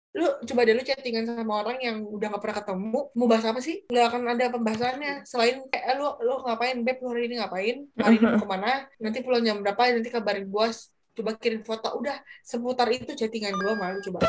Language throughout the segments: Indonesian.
Lu coba deh lu chattingan sama orang yang udah gak pernah ketemu, mau bahas apa sih? Nggak akan ada pembahasannya selain kayak lu ngapain beb, lu hari ini ngapain, hari ini mau kemana, nanti pulang jam berapa, nanti kabarin bos, coba kirim foto, udah seputar itu chattingan gua malu coba.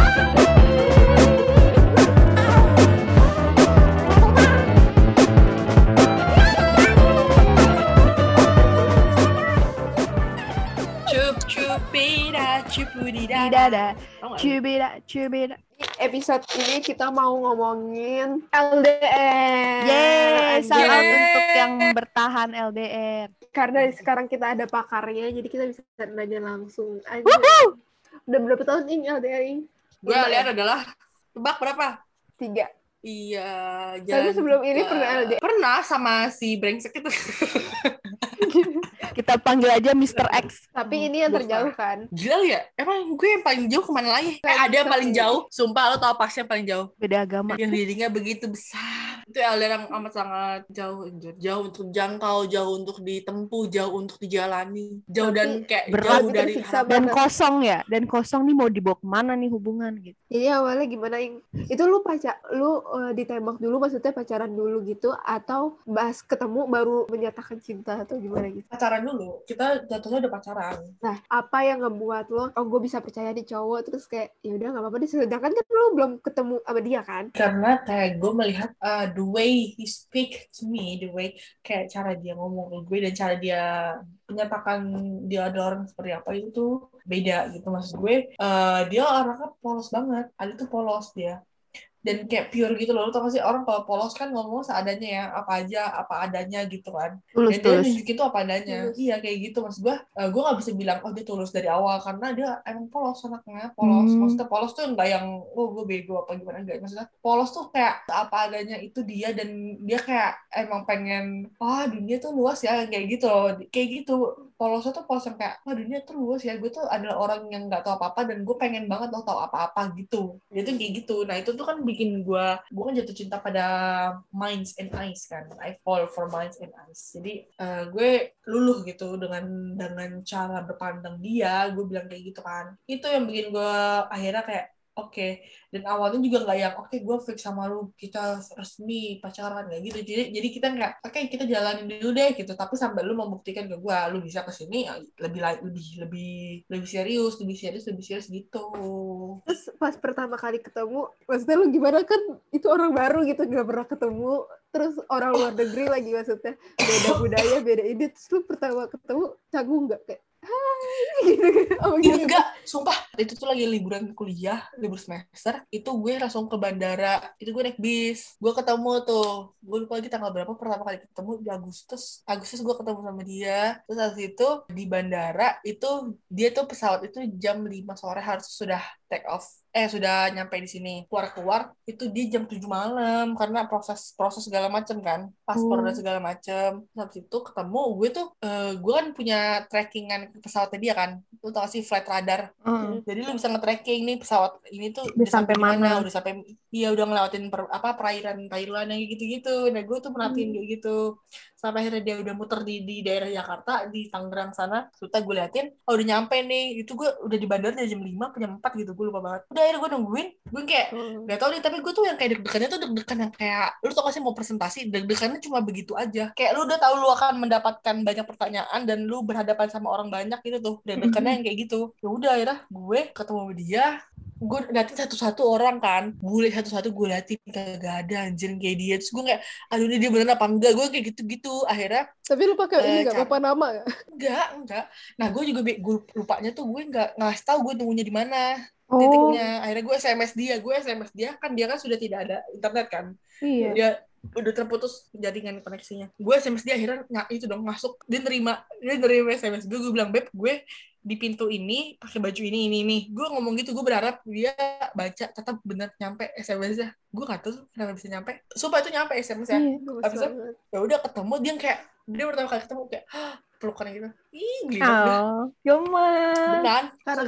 Cup cupida cupudida Dada, tau gak lu? cubida, cubida. Episode ini kita mau ngomongin LDR. Yeay, shout out Yeay. untuk yang bertahan LDR. Karena sekarang kita ada pakarnya, jadi kita bisa nanya langsung aja. Woohoo! Udah berapa tahun ini LDR ini? Gue lihat adalah tebak berapa? 3. Iya, Tapi sebelum ini pernah LDR? Pernah sama si brengsek itu. Kita panggil aja Mr. X. Tapi ini yang Gua terjauh kan? Gila ya? Emang gue yang paling jauh kemana lagi? Ada yang paling jauh. Sumpah lo tau apa sih yang paling jauh? Beda agama. Yang dirinya begitu besar. Itu LDR yang amat sangat jauh. Jauh untuk jangkau, jauh untuk ditempuh, jauh untuk dijalani. Jauh Tapi dan kayak berat jauh gitu, dari tersiksa harapan. Dan banget. kosong ya. Dan kosong nih mau dibawa kemana nih hubungan gitu. Jadi awalnya gimana, Ing? Itu lu ditembak dulu, maksudnya pacaran dulu gitu, atau bahas ketemu baru menyatakan cinta atau gimana gitu? Pacaran dulu. Kita jatuhnya udah pacaran. Nah, apa yang ngebuat lo, oh gue bisa percaya di cowok, terus kayak, ya udah nggak apa-apa deh, sedangkan kan lo belum ketemu sama dia kan? Karena kayak gue melihat the way he speak to me, the way kayak cara dia ngomong ke gue dan cara dia menyatakan dia ada orang seperti apa itu beda gitu. Maksud gue dia orangnya polos banget. Ada tuh polos dia. Dan kayak pure gitu loh. Lo tau gak sih orang kalau polos kan ngomong seadanya ya, apa aja, apa adanya gitu kan. Tulus, Dan dia tulus. nunjukin tuh apa adanya. Tulus. Iya kayak gitu. Maksud gue gak bisa bilang, oh dia tulus dari awal. Karena dia emang polos anaknya. Polos. Maksudnya polos tuh nggak yang, oh gue bego apa gimana. Enggak. Maksudnya polos tuh kayak apa adanya itu dia. Dan dia kayak emang pengen, wah dunia tuh luas ya. Kayak gitu loh. Kayak gitu. Polosnya tuh polos yang kayak, wah dunia tuh luas ya. Gue tuh adalah orang yang gak tahu apa-apa. Dan gue pengen banget lo tahu apa-apa gitu. Dia tuh kayak gitu. Nah itu tuh kan bikin gue kan jatuh cinta pada minds and eyes kan. I fall for minds and eyes. Jadi gue luluh gitu dengan cara berpandang dia. Gue bilang kayak gitu kan. Itu yang bikin gue akhirnya kayak oke. Dan awalnya juga nggak yang oke gue fix sama lu, kita resmi pacaran kayak gitu. Jadi kita nggak oke kita jalanin dulu deh gitu. Tapi sampai lu membuktikan ke gue lu bisa kesini lebih serius gitu. Terus pas pertama kali ketemu, maksudnya lu gimana, kan itu orang baru gitu, gak pernah ketemu, terus orang luar negeri lagi, maksudnya beda budaya, beda ini, terus lu pertama ketemu canggung nggak, kayak hai gitu apa gitu? Enggak, sumpah. Itu tuh lagi liburan kuliah, libur semester. Itu gue langsung ke bandara. Itu gue naik bis. Gue ketemu tuh. Gue lupa lagi tanggal berapa pertama kali ketemu. Di Agustus. Agustus gue ketemu sama dia. Terus habis itu di bandara, itu dia tuh pesawat itu jam 5 sore harus sudah take off. Sudah nyampe di sini. Keluar-keluar, itu dia jam 7 malam. Karena proses segala macam kan. Paspor dan segala macam. Terus habis itu ketemu, gue tuh, gue kan punya trackingan pesawatnya dia kan. Lu tau sih flight radar. Jadi lu bisa nge-tracking nih pesawat ini tuh Udah sampai di mana, mana? udah sampai udah ngelewatin perairan Thailand yang gitu-gitu. Nah, gue tuh merhatiin kayak gitu. Sampai akhirnya dia udah muter di daerah Jakarta, di Tangerang sana. Terus gue liatin, oh udah nyampe nih. Itu gue udah di bandara dari jam 5 sampai jam 4 gitu. Gue lupa banget. Udah akhirnya gue nungguin. Gue kayak gak tau nih, tapi gue tuh yang kayak deg-degannya tuh deg-degan yang kayak, lu tau gak sih mau presentasi, deg-degannya cuma begitu aja. Kayak lu udah tahu lu akan mendapatkan banyak pertanyaan dan lu berhadapan sama orang banyak gitu tuh. Deg-degannya yang kayak gitu. Ya udah akhirnya gue ketemu sama dia. Gue liatin satu-satu orang kan, bule satu-satu gue liatin, kagak ada anjir kayak dia. Terus gue kayak, aduh ini dia beneran apa enggak, gue kayak gitu-gitu. Akhirnya Tapi lu pakai ini nggak, lupa nama nggak? enggak. Nah gue juga gue lupanya tuh gue nggak ngasih tahu gue tunggunya di mana titiknya. Akhirnya gue SMS dia kan, dia kan sudah tidak ada internet kan. Iya. Dia udah terputus jaringan koneksinya. Gue SMS dia, akhirnya itu dong masuk. Dia nerima SMS gue bilang, beb gue di pintu ini pakai baju ini. Gue ngomong gitu, gue berharap dia baca tetap bener nyampe SMS-nya. Gue nggak tahu kenapa bisa nyampe. Sumpah itu nyampe SMS-nya. Habis itu ya udah ketemu, dia pertama kali ketemu kayak pelukan gitu. Ih, geli banget. Gemes. Beneran.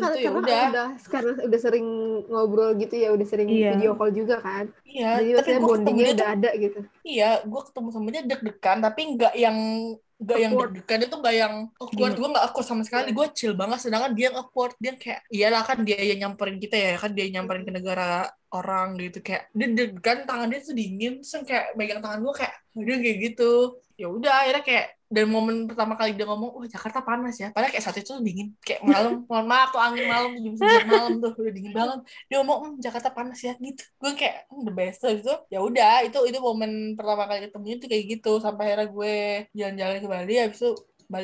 Karena udah sering ngobrol gitu ya, udah sering video call juga kan. Iya, jadi tapi maksudnya gue ketemu bondingnya dia udah tuh ada gitu. iya, gue ketemu sama dia deg-degan, tapi nggak yang Gak yang Awkward. deg-degan, itu gak yang awkward. Gue gak awkward sama sekali, gue chill banget. Sedangkan dia yang awkward, dia kayak iyalah kan dia yang nyamperin kita ya, kan dia nyamperin ke negara orang gitu, kayak dia deg-degan, tangan dia tuh dingin, terus yang kayak megang tangan gue kayak udah kayak gitu. Ya udah akhirnya kayak, dan momen pertama kali dia ngomong, wah Jakarta panas ya, padahal kayak saat itu tuh dingin, kayak malam, mohon maaf tuh angin malam jam 9 malam tuh udah dingin banget, dia ngomong Jakarta panas ya gitu, gue kayak the best gitu. Ya udah itu momen pertama kali ketemu itu kayak gitu, sampai akhirnya gue jalan-jalan ke Bali, habis itu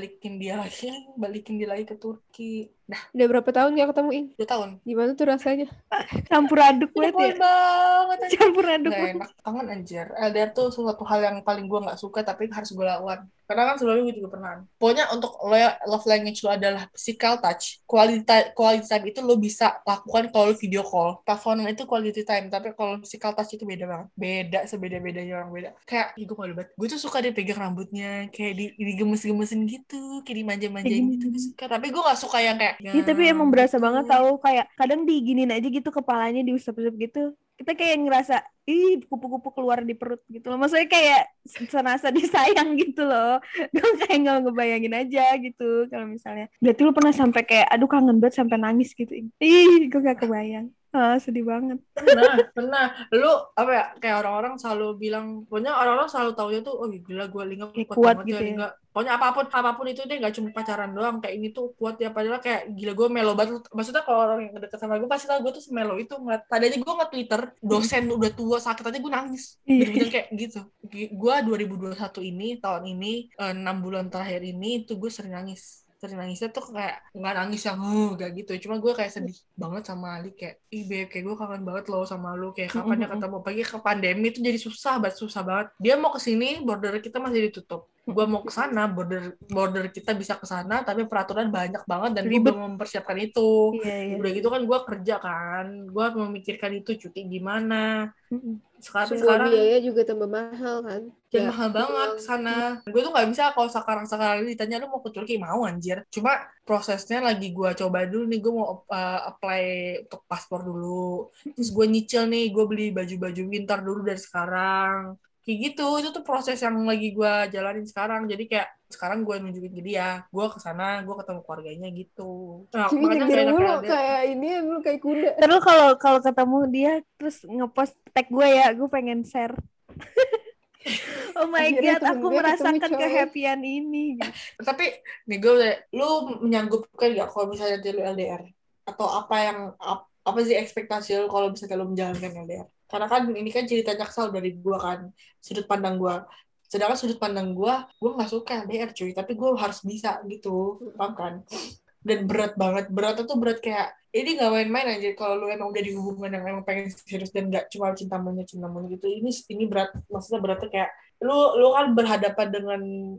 balikin dia lagi ke Turki. Udah berapa tahun gak ketemu, Ing? 2 tahun. Gimana tuh rasanya? Campur aduk Udah banget poin ya. banget anjir. Campur aduk Gak banget. enak, kangen anjir. LDR tuh sesuatu hal yang paling gue gak suka tapi harus gue lawan. Karena kan sebelumnya gue juga pernah. Pokoknya untuk lo love language lo adalah physical touch. Quality time itu lo bisa lakukan kalau lo video call. Teleponan itu quality time, tapi kalau physical touch itu beda banget. Beda, sebeda-bedanya orang beda. Kayak, gue malu banget. Gue tuh suka dia pegang rambutnya, kayak digemes-gemesin gitu, kayak dimanja-manjain gitu. Gue suka. Tapi gue gak suka yang kayak, Iya, tapi emang berasa gitu. banget tahu, kayak kadang diginin aja gitu kepalanya, diusap-usap gitu. Kita kayak ngerasa kupu-kupu keluar di perut gitu loh. Maksudnya kayak serasa disayang gitu loh. Gue kayak nggak ngebayangin aja gitu kalau misalnya. Berarti lu pernah sampai kayak aduh kangen banget sampai nangis gitu. Gue gak kebayang. Sedih banget. Pernah. Lu apa ya, kayak orang-orang selalu bilang, pokoknya orang-orang selalu taunya tuh, oh gila gue Lingga Kayak kuat kuat banget gitu ya ya. Lingga. Pokoknya apapun itu deh, gak cuma pacaran doang, kayak ini tuh kuat ya, padahal kayak gila gue melo banget. Maksudnya kalau orang yang deket sama gue pasti tau gue tuh semelo itu. Tadi aja gue nge-Twitter dosen udah tua sakit aja gue nangis, bener-bener kayak gitu. Gue 2021 ini, tahun ini 6 bulan terakhir ini tuh gue sering nangisnya tuh kayak nggak nangis yang gak gitu, cuma gue kayak sedih banget sama Ali, kayak ih beb, kayak gue kangen banget loh sama lu, kayak kapan ya ketemu, pagi ke pandemi itu jadi susah banget. Dia mau kesini, border kita masih ditutup, gue mau kesana, border kita bisa kesana, tapi peraturan banyak banget dan gue Ribet. belum mempersiapkan itu. Iya. Udah gitu kan gue kerja kan, gue memikirkan itu cuti gimana. Semua Sekarang biaya juga tambah mahal kan. dan Ya, mahal banget sana. Gue tuh nggak bisa kalau sekarang ditanya lu mau ke Turki, mau anjir. Cuma prosesnya lagi gue coba dulu nih, gue mau apply untuk paspor dulu. Terus gue nyicil nih, gue beli baju-baju winter dulu dari sekarang. Kayak gitu, itu tuh proses yang lagi gue jalanin sekarang. Jadi kayak sekarang gue nunjukin ke dia, gue kesana, gue ketemu keluarganya gitu. Nah, Kimi makanya nyindir gak enak mulu LDR. kayak ini, lu kayak kuda. Terus kalau ketemu dia terus ngepost tag gue ya, gue pengen share. Oh my Akhirnya god, temen aku gue merasakan ketemu, coy. kehappian ini. Tapi nih gue, lu menyanggupkan gak kalau misalnya dia lu LDR? Atau apa sih ekspektasi lu kalau misalnya lu menjalankan LDR? Karena kan ini kan cerita Jaksel dari gue kan, sudut pandang gue. Sedangkan sudut pandang gue gak suka LDR cuy, tapi gue harus bisa gitu, paham kan? Dan berat banget, beratnya tuh berat kayak, ini gak main-main aja kalau lu emang udah di hubungan yang emang pengen serius dan gak cuma cinta monyet gitu. Ini berat, maksudnya beratnya kayak, lu kan berhadapan dengan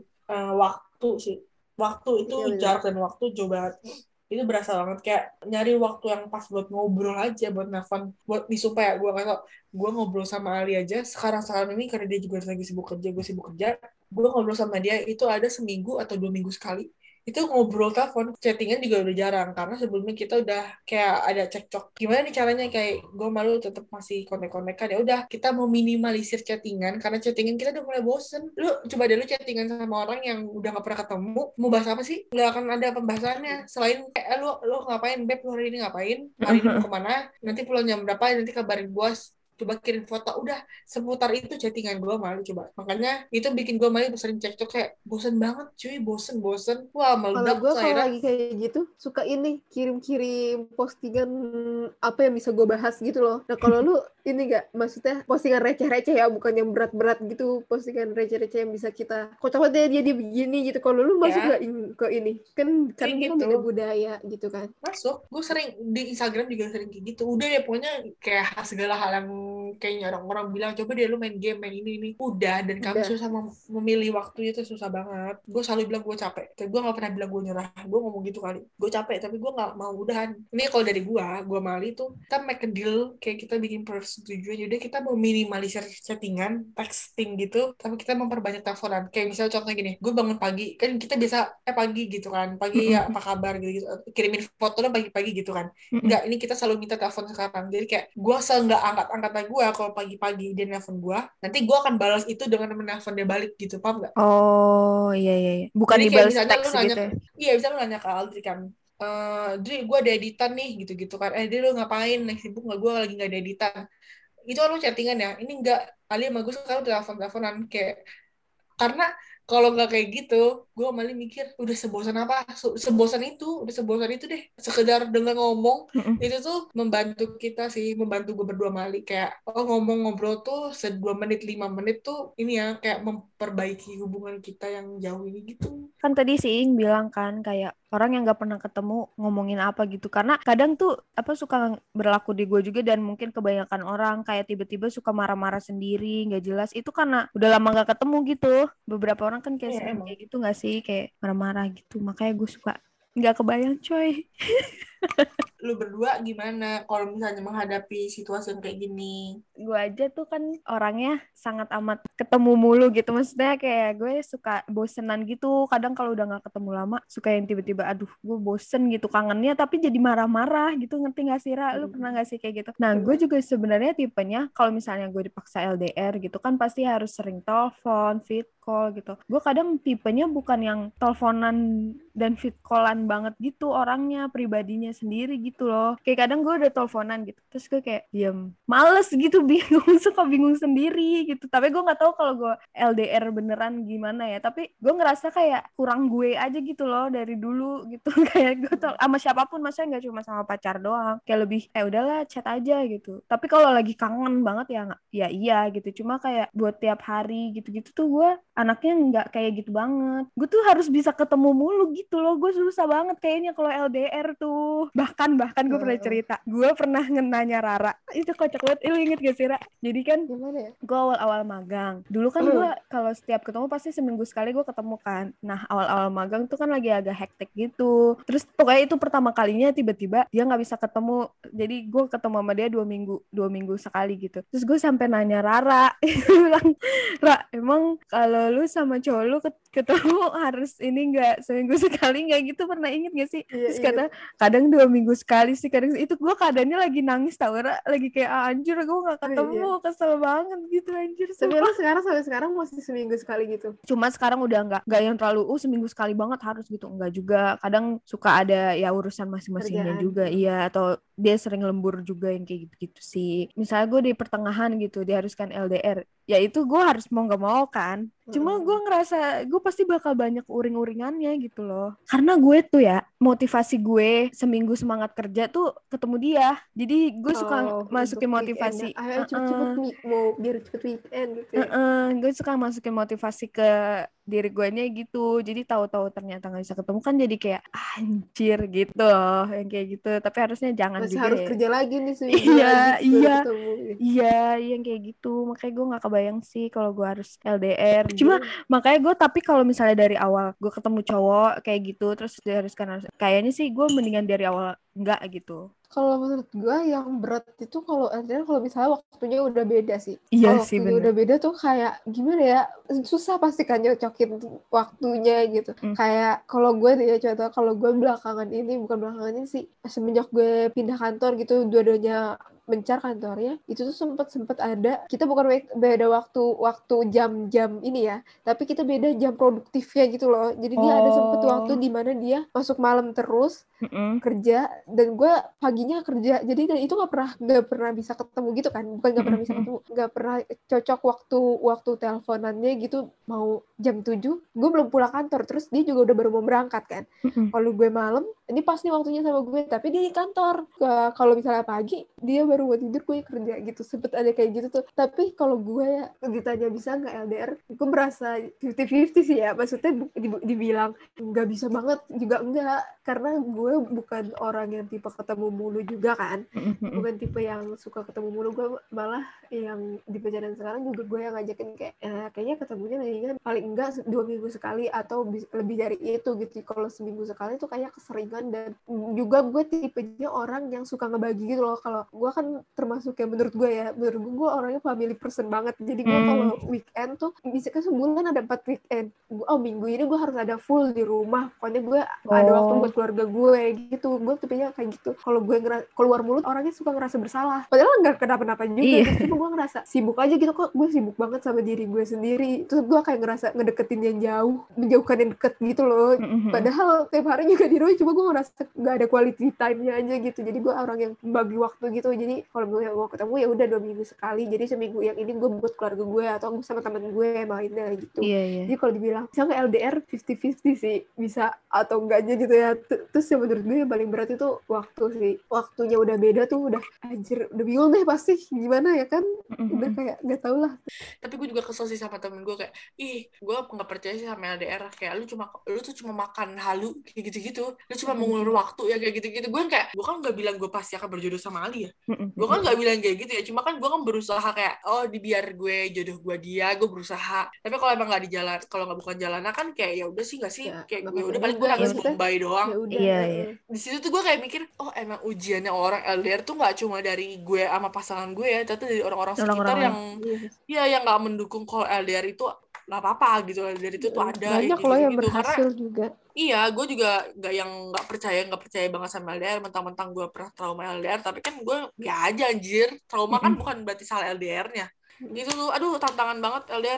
waktu sih. Waktu itu, Iya, jarak dan waktu jauh banget. Itu berasa banget kayak nyari waktu yang pas buat ngobrol aja, buat nelfon, buat supaya gue nggak tau, gue ngobrol sama Ali aja sekarang ini karena dia juga lagi sibuk kerja, gue sibuk kerja, gue ngobrol sama dia itu ada seminggu atau 2 minggu sekali. Itu ngobrol telepon, chattingan juga udah jarang karena sebelumnya kita udah kayak ada cekcok. Gimana nih caranya, kayak gue malu tetap masih kontek-kontekan, ya udah kita mau minimalisir chattingan karena chattingan kita udah mulai bosen. Lu coba deh lu chattingan sama orang yang udah gak pernah ketemu, mau bahas apa sih? Nggak akan ada pembahasannya selain kayak lu ngapain beb, lu hari ini ngapain, hari ini mau kemana, nanti pulang jam berapa, nanti kabarin bos, coba kirim foto, udah seputar itu chattingan. Gue malu coba, makanya itu bikin gue malu sering cekcok, kayak bosen banget cuy, bosen wah Kalau meledak gue kalau akhirnya. lagi kayak gitu suka ini kirim-kirim postingan apa yang bisa gue bahas gitu loh. Nah kalau lu ini nggak, maksudnya postingan receh-receh ya, bukan yang berat-berat gitu, postingan receh-receh yang bisa kita kocok deh dia begini gitu. Kalau lu masuk nggak ke ini kan Kayak kita gitu. beda budaya gitu kan. Masuk, gue sering di Instagram juga sering kayak gitu. Udah ya pokoknya kayak segala hal yang kayaknya orang-orang bilang coba deh lu main game, main ini. Udah, dan kami susah memilih waktu, itu susah banget. Gue selalu bilang gue capek, tapi gue gak pernah bilang gue nyerah. Gue ngomong gitu kali, gue capek tapi gue gak mau udahan. Ini kalau dari gue Mali tuh kita make a deal, kayak kita bikin persetujuan, yaudah kita mau minimalisir chattingan, texting gitu, tapi kita memperbanyak teleponan. Kayak misalnya contohnya gini, gue bangun pagi, kan kita biasa pagi gitu kan, pagi ya apa kabar gitu, kirimin foto lo pagi-pagi gitu kan. Enggak, ini kita selalu minta telepon sekarang. Jadi kayak gue nggak angkat kata gue kalau pagi-pagi dia nelfon gue, nanti gue akan balas itu dengan menelpon dia balik gitu, paham nggak? Oh, iya iya iya. Bukan Jadi kayak dibalas misalnya lu teks nanya, gitu ya. iya bisa lu nanya ke Aldri kan, Dri gue ada editan nih gitu-gitu kan, Dri lu ngapain, nih sibuk nggak, gue lagi nggak ada editan. Itu kan lu chattingan ya, ini enggak, Ali sama gue sekarang udah telepon-teleponan kayak, karena kalau nggak kayak gitu, gue malah mikir udah sebosan apa, sebosan itu deh. Sekedar dengan ngomong Mm-mm. itu tuh membantu kita sih, membantu gue berdua Mali kayak ngomong ngobrol tuh 2 menit 5 menit tuh ini ya kayak memperbaiki hubungan kita yang jauh ini gitu. Kan tadi si Ing bilang kan kayak orang yang nggak pernah ketemu ngomongin apa gitu. Karena kadang tuh apa suka berlaku di gue juga dan mungkin kebanyakan orang kayak tiba-tiba suka marah-marah sendiri, nggak jelas. Itu karena udah lama nggak ketemu gitu. Beberapa orang kan kayak Iya sering emang. kayak gitu nggak sih, kayak marah-marah gitu. Makanya gue suka nggak kebayang coy. Lu berdua gimana kalau misalnya menghadapi situasi yang kayak gini? Gue aja tuh kan orangnya sangat amat ketemu mulu gitu, maksudnya kayak gue suka bosenan gitu kadang kalau udah nggak ketemu lama, suka yang tiba-tiba aduh gue bosen gitu kangennya tapi jadi marah-marah gitu, ngerti gak sih Ra? Lu pernah gak sih kayak gitu? Nah gue juga sebenarnya tipenya kalau misalnya gue dipaksa LDR gitu kan pasti harus sering telepon, fit call gitu. Gue kadang tipenya bukan yang teleponan dan fit callan banget gitu, orangnya pribadinya sendiri gitu loh. Kayak kadang gue udah teleponan gitu terus gue kayak diem males gitu, bingung, suka bingung sendiri gitu. Tapi gue nggak tahu kalau gue LDR beneran gimana ya, tapi gue ngerasa kayak kurang gue aja gitu loh dari dulu gitu. Kayak gue sama siapapun, maksudnya nggak cuma sama pacar doang, kayak lebih udahlah chat aja gitu. Tapi kalau lagi kangen banget ya nggak, ya iya gitu. Cuma kayak buat tiap hari gitu-gitu tuh gue anaknya nggak kayak gitu banget. Gue tuh harus bisa ketemu mulu gitu loh, gue susah banget kayaknya kalau LDR tuh. Bahkan gue pernah cerita, gue pernah nanya Rara, itu kocak banget. Lu inget gak sih Ra? Jadi kan Gimana ya? gue awal-awal magang dulu kan, gue kalau setiap ketemu pasti seminggu sekali gue ketemu kan. Nah awal-awal magang tuh kan lagi agak hektik gitu, terus pokoknya itu pertama kalinya tiba-tiba dia nggak bisa ketemu, jadi gue ketemu sama dia 2 minggu sekali gitu. Terus gue sampai nanya Rara, bilang Ra emang kalau lu sama cowok lu ketemu harus ini nggak seminggu sekali nggak gitu, pernah inget gak sih? Iya, Terus inget. kata kadang 2 minggu sekali sih, kadang itu gue keadaannya lagi nangis tau Ra, lagi kayak anjir gue nggak Oh, ketemu, iya. kesel banget gitu anjir Tapi lu sumpah. sampai sekarang masih seminggu sekali gitu? Cuma sekarang udah nggak yang terlalu seminggu sekali banget harus gitu, enggak juga. Kadang suka ada ya urusan masing-masingnya Kerjaan. juga, iya, atau dia sering lembur juga yang kayak gitu-gitu sih. Misalnya gue di pertengahan gitu diharuskan LDR, ya itu gue harus mau nggak mau kan. Cuma gue ngerasa gue pasti bakal banyak uring-uringannya gitu loh, karena gue tuh ya motivasi gue seminggu semangat kerja tuh ketemu dia, jadi gue suka Untuk masukin weekend ya. motivasi. Ayo cepet-cepet mau biar cepet weekend gitu ya. Gue suka masukin motivasi ke diri gue nya gitu, jadi tahu-tahu ternyata nggak bisa ketemu kan jadi kayak anjir gitu loh, yang kayak gitu. Tapi harusnya jangan Masih juga harus ya. kerja lagi nih seminggu Iya, lagi baru iya, ketemu. iya, yang kayak gitu. Makanya gue nggak kebayang sih kalau gue harus LDR. Cuma Iya. makanya gue, tapi kalau misalnya dari awal gue ketemu cowok kayak gitu terus diharuskan kayaknya sih gue mendingan dari awal enggak gitu. Kalau menurut gue yang berat itu kalau LDR kalau misalnya waktunya udah beda sih. Iya Kalau sih waktunya bener. udah beda tuh kayak gimana ya, susah pasti kan nyocokin waktunya gitu. Kayak kalau gue nih ya contoh, kalau gue bukan belakangan ini sih, semenjak gue pindah kantor gitu, dua-duanya mencar kantornya, itu tuh sempet ada, kita bukan beda waktu jam-jam ini ya, tapi kita beda jam produktifnya gitu loh. Jadi dia ada sempet waktu Oh. di mana dia masuk malam terus Mm-mm. kerja dan gue paginya kerja, jadi dan itu nggak pernah bisa ketemu gitu kan, bukan nggak pernah bisa ketemu, nggak pernah cocok waktu teleponannya gitu. Mau jam 7 gue belum pulang kantor, terus dia juga udah baru mau berangkat kan. Mm-mm. Kalau gue malam ini pas nih waktunya sama gue, tapi dia di kantor. Kalau misalnya pagi dia baru mau tidur, gue kerja gitu. Sempet ada kayak gitu tuh. Tapi kalau gue ya ditanya bisa nggak LDR, gue merasa 50-50 sih ya, maksudnya dibilang nggak bisa banget juga enggak, karena gue bukan orang yang tipe ketemu mulu juga kan, bukan tipe yang suka ketemu mulu. Gue malah yang di pacaran sekarang juga gue yang ngajakin kayak kayaknya ketemunya mendingan paling enggak 2 minggu sekali atau lebih dari itu gitu. Kalau seminggu sekali tuh kayak keseringan, dan juga gue tipenya orang yang suka ngebagi gitu loh. Kalau gue kan kan termasuk yang menurut gue orangnya family person banget. Jadi gue kalau weekend tuh bisa kan sebulan ada 4 weekend. Minggu ini gue harus ada full di rumah. Pokoknya gue ada waktu buat keluarga gue gitu. Gue tipenya kayak gitu. Kalau gue keluar mulut orangnya suka ngerasa bersalah. Padahal nggak kenapa-napa juga. Gitu. Cuma gue ngerasa sibuk aja gitu, kok gue sibuk banget sama diri gue sendiri. Terus gue kayak ngerasa ngedeketin yang jauh, menjauhkan yang deket gitu loh. Padahal tiap hari juga di rumah, cuma gue ngerasa nggak ada quality time-nya aja gitu. Jadi gue orang yang bagi waktu gitu. Jadi kalau gue mau ketemu ya udah 2 minggu sekali. Jadi seminggu yang ini gue buat keluarga gue atau sama teman gue mainnya gitu. Jadi kalau dibilang misalnya LDR 50-50 sih, bisa atau enggaknya gitu ya. Terus yang menurut gue yang paling berat itu waktu sih. Waktunya udah beda tuh, udah anjir, udah bingung deh pasti gimana ya kan. Udah kayak gak tau lah. Tapi gue juga kesel sih sama temen gue, kayak gue nggak percaya sih sama LDR, kayak lu tuh cuma makan halu kayak gitu-gitu, lu cuma mengulur waktu ya kayak gitu-gitu. Gue kan nggak bilang gue pasti akan berjodoh sama Ali ya, gue kan nggak bilang kayak gitu ya, cuma kan gue kan berusaha kayak biar gue jodoh gue dia, gue berusaha. Tapi kalau emang nggak di jalan, kalau nggak bukan jalanan kan kayak ya udah sih, nggak sih ya, kayak gue udah paling gue nangis Bombay doang. Di situ tuh gue kayak mikir, emang ujiannya orang LDR tuh nggak cuma dari gue sama pasangan gue ya, tapi dari orang-orang sekitar yang yang nggak mendukung kalau LDR itu nggak apa-apa gitu. LDR itu tuh ada banyak gitu, loh yang gitu. berhasil Karena, juga. Iya, gue juga nggak percaya banget sama LDR, mentang-mentang gue pernah trauma LDR, tapi kan gue ya aja anjir, trauma kan bukan berarti salah LDR-nya. Gitu tuh, aduh tantangan banget LDR.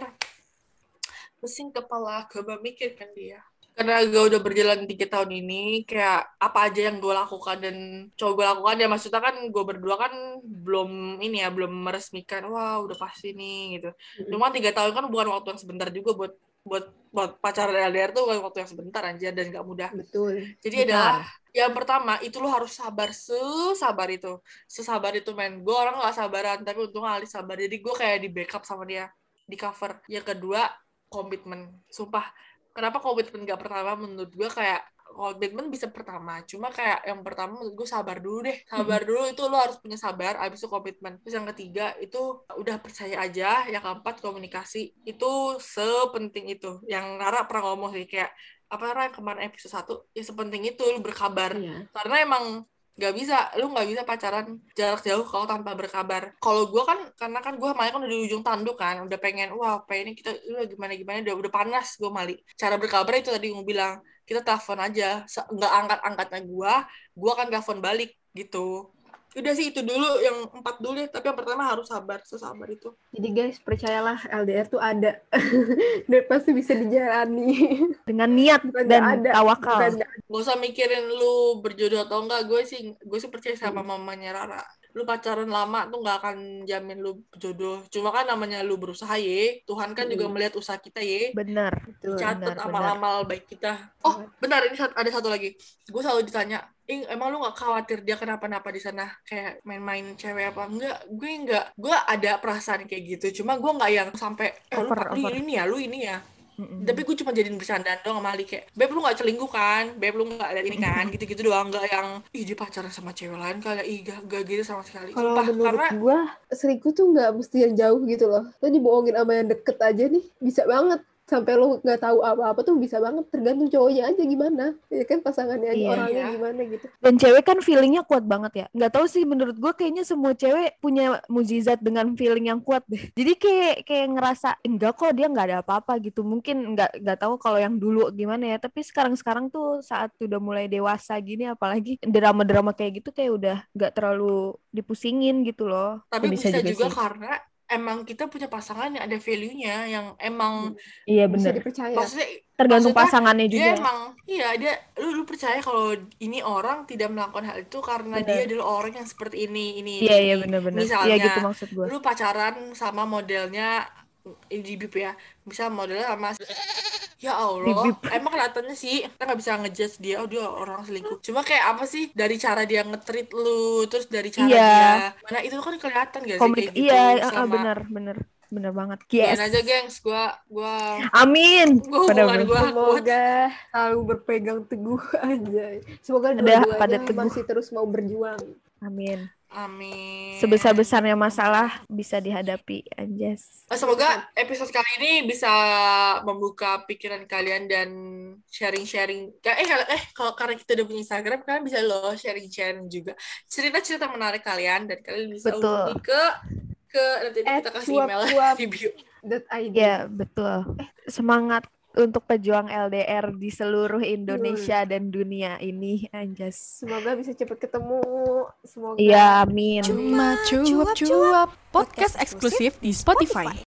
Pusing kepala, gue memikirkan dia. Karena gue udah berjalan 3 tahun ini, kayak apa aja yang gue lakukan dan coba gue lakukan ya, maksudnya kan gue berdua kan belum meresmikan, wah udah pasti nih gitu. Cuma 3 tahun kan bukan waktu yang sebentar juga buat pacaran LDR tuh, bukan waktu yang sebentar anjir, dan gak mudah. Betul. Jadi adalah yang pertama itu lo harus sabar, sesabar itu men. Gue orang gak sabaran, tapi untungnya Ali sabar, jadi gue kayak di backup sama dia, di cover. Yang kedua, komitmen. Sumpah, kenapa komitmen gak pertama? Menurut gue kayak komitmen bisa pertama, cuma kayak yang pertama menurut gue sabar dulu deh. Sabar dulu, itu lo harus punya sabar, abis itu komitmen. Terus yang ketiga itu udah percaya aja. Yang keempat komunikasi, itu sepenting itu. Yang Rara pernah ngomong sih, kayak apa Rara kemarin episode 1, ya sepenting itu lu berkabar. Karena emang lu nggak bisa pacaran jarak jauh kalau tanpa berkabar. Kalau gue kan, karena kan gue Mali kan udah di ujung tanduk kan, udah pengen ini kita gimana udah panas gue Mali. Cara berkabar itu tadi gue bilang, kita telepon aja, nggak angkatnya gue akan telepon balik gitu. Udah sih itu dulu, yang 4 dulu deh, tapi yang pertama harus sesabar itu. Jadi guys, percayalah LDR tuh ada. Dan pasti bisa dijalani. Dengan niat dan tawakal. Gak usah mikirin lu berjodoh atau enggak, gue sih percaya sama mamanya Rara. Lu pacaran lama tuh gak akan jamin lu jodoh. Cuma kan namanya lu berusaha ye. Tuhan kan juga melihat usaha kita ye. Benar. Catat amal-amal baik kita. Oh, benar, ini ada satu lagi. Gue selalu ditanya, emang lu gak khawatir dia kenapa-napa di sana? Kayak main-main cewek apa? Enggak, gue enggak. Gue ada perasaan kayak gitu. Cuma gue gak yang sampai, lu ini ya. Tapi gue cuma jadiin bercandaan doang sama Ali, kayak Beb lu gak selingkuh kan, Beb lu gak liat ini kan, gitu-gitu doang. Gak yang dia pacaran sama cewek lain kayak gak gitu sama sekali. Kalau menurut gue selingkuh tuh gak mesti yang jauh gitu loh. Lo dibohongin sama yang deket aja nih bisa banget. Sampai lo nggak tahu apa-apa tuh bisa banget, tergantung cowoknya aja gimana, ya kan, pasangannya aja orangnya gimana gitu. Dan cewek kan feelingnya kuat banget ya, nggak tahu sih, menurut gue kayaknya semua cewek punya mukjizat dengan feeling yang kuat deh. Jadi kayak ngerasa enggak kok, dia nggak ada apa-apa gitu. Mungkin nggak tahu kalau yang dulu gimana ya, tapi sekarang tuh saat udah mulai dewasa gini, apalagi drama-drama kayak gitu kayak udah nggak terlalu dipusingin gitu loh. Tapi bisa juga karena emang kita punya pasangan yang ada value-nya, yang emang bisa dipercaya. Maksudnya tergantung pasangannya juga. Dia emang, lu percaya kalau ini orang tidak melakukan hal itu karena dia adalah orang yang seperti ini. Iya, benar-benar. Misalnya, gitu maksud gue. Lu pacaran sama modelnya di BIP ya, bisa modelnya sama ya Allah, emang kelihatannya sih kita nggak bisa ngejudge dia, dia orang selingkuh. Cuma kayak apa sih, dari cara dia nge-treat lu, terus dari cara dia mana itu kan kelihatan gak sih kayak gitu. Bener banget. Yes. Aja gengs, gua amin. Semoga selalu berpegang teguh aja. Semoga dua-duanya masih terus mau berjuang. Amin. Amin. Sebesar-besarnya masalah bisa dihadapi, anjas. Semoga episode kali ini bisa membuka pikiran kalian dan sharing-sharing. Kalau karena kita udah punya Instagram, kalian bisa loh sharing-sharing juga cerita-cerita menarik kalian, dan kalian bisa Betul. hubungi ke nanti kita kasih email di bio. .id. Ya, betul. Semangat untuk pejuang LDR di seluruh Indonesia dan dunia ini, anjas. Semoga bisa cepat ketemu. Semoga. Iya, amin. Cuma cuap-cuap podcast eksklusif di Spotify.